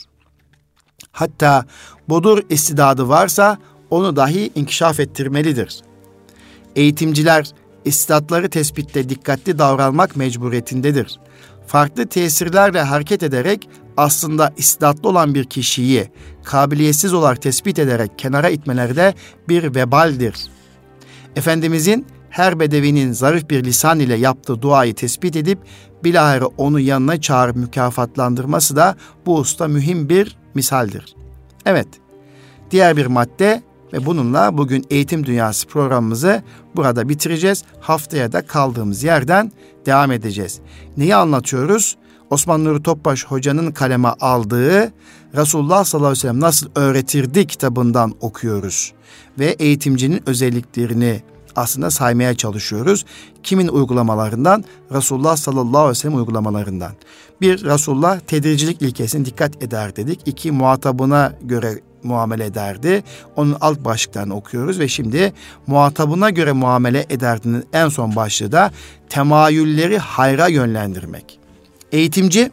Hatta bodur istidadı varsa onu dahi inkişaf ettirmelidir. Eğitimciler istidatları tespitte dikkatli davranmak mecburiyetindedir. Farklı tesirlerle hareket ederek aslında istidatlı olan bir kişiyi kabiliyetsiz olarak tespit ederek kenara itmeleri de bir vebaldir. Efendimizin her bedevinin zarif bir lisan ile yaptığı duayı tespit edip bilahare onu yanına çağırıp mükafatlandırması da bu hususta mühim bir misaldir. Evet, diğer bir madde ve bununla bugün Eğitim Dünyası programımızı burada bitireceğiz. Haftaya da kaldığımız yerden devam edeceğiz. Neyi anlatıyoruz? Osman Nuri Topbaş Hoca'nın kaleme aldığı Resulullah sallallahu aleyhi ve sellem nasıl öğretirdi kitabından okuyoruz. Ve eğitimcinin özelliklerini aslında saymaya çalışıyoruz. Kimin uygulamalarından? Resulullah sallallahu aleyhi ve sellem uygulamalarından. Bir, Resulullah tedricilik ilkesine dikkat eder dedik. İki, muhatabına göre muamele ederdi. Onun alt başlıklarını okuyoruz ve şimdi muhatabına göre muamele ederdiğinin en son başlığı da temayülleri hayra yönlendirmek. Eğitimci,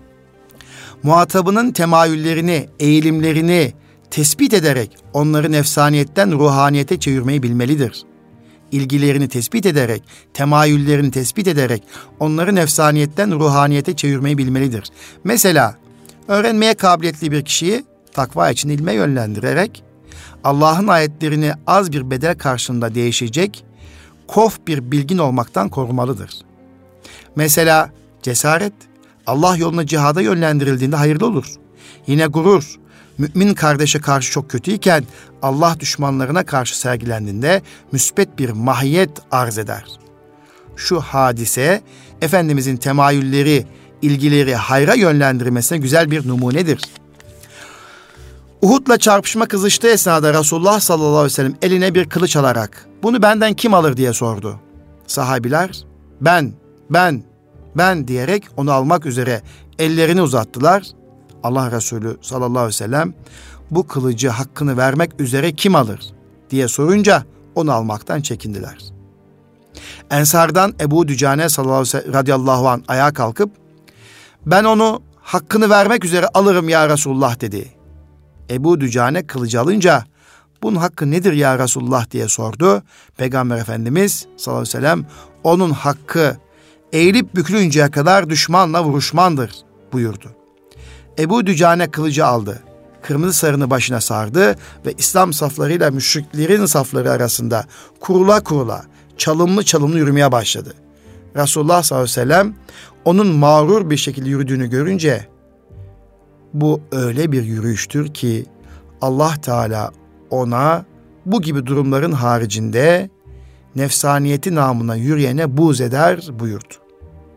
muhatabının temayüllerini, eğilimlerini tespit ederek onları nefsaniyetten ruhaniyete çevirmeyi bilmelidir. İlgilerini tespit ederek, temayüllerini tespit ederek onları nefsaniyetten ruhaniyete çevirmeyi bilmelidir. Mesela öğrenmeye kabiliyetli bir kişiyi takva için ilme yönlendirerek Allah'ın ayetlerini az bir bedel karşılığında değişecek kof bir bilgin olmaktan korumalıdır. Mesela cesaret Allah yoluna cihada yönlendirildiğinde hayırlı olur. Yine gurur mümin kardeşe karşı çok kötüyken Allah düşmanlarına karşı sergilendiğinde müsbet bir mahiyet arz eder. Şu hadise Efendimizin temayülleri, ilgileri hayra yönlendirmesine güzel bir numunedir. Uhud'la çarpışma kızıştığı esnada Resulullah sallallahu aleyhi ve sellem eline bir kılıç alarak bunu benden kim alır diye sordu. Sahabiler ben diyerek onu almak üzere ellerini uzattılar. Allah Resulü sallallahu aleyhi ve sellem bu kılıcı hakkını vermek üzere kim alır diye sorunca onu almaktan çekindiler. Ensardan Ebu Dücane radıyallahu anh ayağa kalkıp ben onu hakkını vermek üzere alırım ya Resulullah dedi. Ebu Dücane kılıcı alınca bunun hakkı nedir ya Resulullah diye sordu. Peygamber Efendimiz sallallahu aleyhi ve sellem onun hakkı eğilip bükülünceye kadar düşmanla vuruşmandır buyurdu. Ebu Dücane kılıcı aldı. Kırmızı sarını başına sardı ve İslam saflarıyla müşriklerin safları arasında kurula kurula çalımlı yürümeye başladı. Resulullah sallallahu aleyhi ve sellem onun mağrur bir şekilde yürüdüğünü görünce bu öyle bir yürüyüştür ki Allah Teala ona bu gibi durumların haricinde nefsaniyeti namına yürüyene buğz eder buyurdu.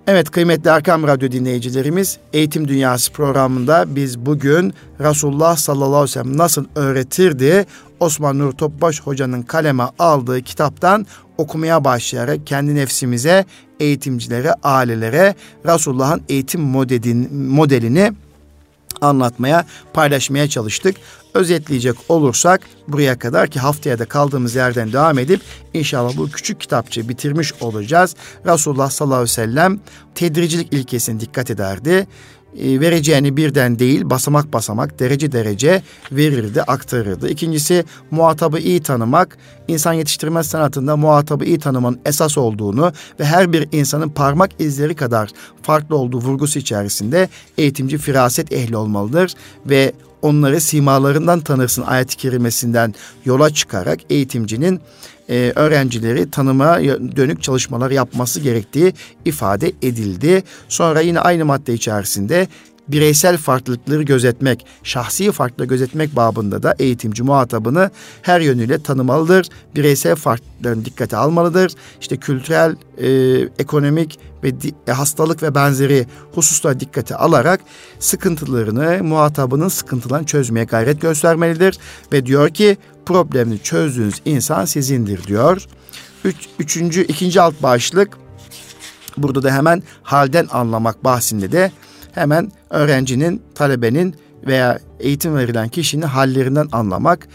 Evet kıymetli Erkam Radyo dinleyicilerimiz, Eğitim Dünyası programında biz bugün Resulullah sallallahu aleyhi ve sellem nasıl öğretirdi Osman Nur Topbaş Hoca'nın kaleme aldığı kitaptan okumaya başlayarak kendi nefsimize, eğitimcilere, ailelere Resulullah'ın eğitim modelini anlatmaya, paylaşmaya çalıştık. Özetleyecek olursak buraya kadar ki haftaya da kaldığımız yerden devam edip inşallah bu küçük kitapçığı bitirmiş olacağız. Resulullah sallallahu aleyhi ve sellem tedricilik ilkesine dikkat ederdi. Vereceğini birden değil basamak basamak derece derece verirdi, aktarırdı. İkincisi muhatabı iyi tanımak, insan yetiştirme sanatında muhatabı iyi tanımanın esas olduğunu ve her bir insanın parmak izleri kadar farklı olduğu vurgusu içerisinde eğitimci firaset ehli olmalıdır ve onları simalarından tanırsın ayet-i kerimesinden yola çıkarak eğitimcinin öğrencileri tanımaya dönük çalışmalar yapması gerektiği ifade edildi. Sonra yine aynı madde içerisinde bireysel farklılıkları gözetmek, şahsi farklılığı gözetmek babında da eğitimci muhatabını her yönüyle tanımalıdır. Bireysel farklılıklarını dikkate almalıdır. İşte kültürel, ekonomik ve hastalık ve benzeri hususlara dikkate alarak sıkıntılarını, muhatabının sıkıntılarını çözmeye gayret göstermelidir. Ve diyor ki problemini çözdüğünüz insan sizindir diyor. İkinci alt başlık, burada da hemen halden anlamak bahsinde de hemen öğrencinin, talebenin veya eğitim verilen kişinin hallerinden anlamak,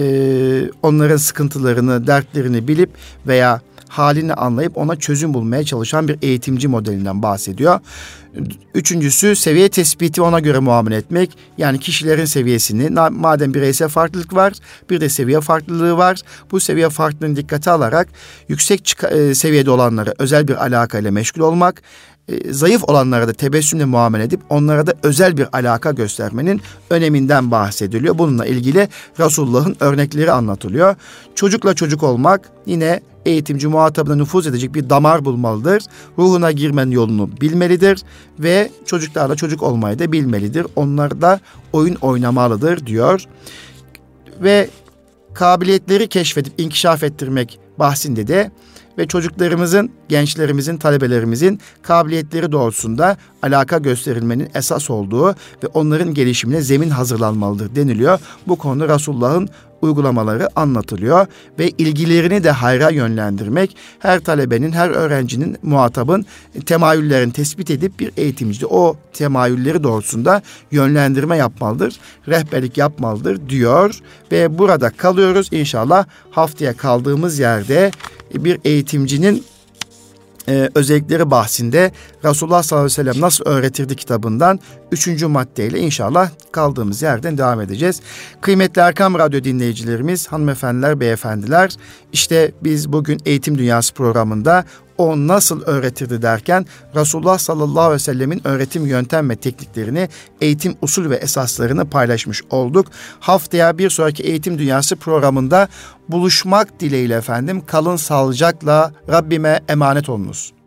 onların sıkıntılarını, dertlerini bilip veya halini anlayıp ona çözüm bulmaya çalışan bir eğitimci modelinden bahsediyor. Üçüncüsü seviye tespiti, ona göre muamele etmek. Yani kişilerin seviyesini, madem bireysel farklılık var, bir de seviye farklılığı var. Bu seviye farklılığını dikkate alarak yüksek seviyede olanlara özel bir alakayla meşgul olmak, zayıf olanlara da tebessümle muamele edip onlara da özel bir alaka göstermenin öneminden bahsediliyor. Bununla ilgili Resulullah'ın örnekleri anlatılıyor. Çocukla çocuk olmak, yine eğitimci muhatabına nüfuz edecek bir damar bulmalıdır. Ruhuna girmenin yolunu bilmelidir ve çocuklarla çocuk olmayı da bilmelidir. Onlar da oyun oynamalıdır diyor. Ve kabiliyetleri keşfedip inkişaf ettirmek bahsinde de ve çocuklarımızın, gençlerimizin, talebelerimizin kabiliyetleri doğrultusunda alaka gösterilmenin esas olduğu ve onların gelişimine zemin hazırlanmalıdır deniliyor. Bu konuda Resulullah'ın uygulamaları anlatılıyor ve ilgilerini de hayra yönlendirmek, her talebenin, her öğrencinin, muhatabın temayüllerini tespit edip bir eğitimci de o temayülleri doğrultusunda yönlendirme yapmalıdır, rehberlik yapmalıdır diyor ve burada kalıyoruz. İnşallah haftaya kaldığımız yerde bir eğitimcinin özellikleri bahsinde Resulullah sallallahu aleyhi ve sellem nasıl öğretirdi kitabından 3. maddeyle inşallah kaldığımız yerden devam edeceğiz. Kıymetli Erkam Radyo dinleyicilerimiz, hanımefendiler, beyefendiler, işte biz bugün Eğitim Dünyası programında o nasıl öğretirdi derken Resulullah sallallahu aleyhi ve sellemin öğretim yöntem ve tekniklerini, eğitim usul ve esaslarını paylaşmış olduk. Haftaya bir sonraki Eğitim Dünyası programında buluşmak dileğiyle efendim. Kalın sağlıcakla, Rabbime emanet olunuz.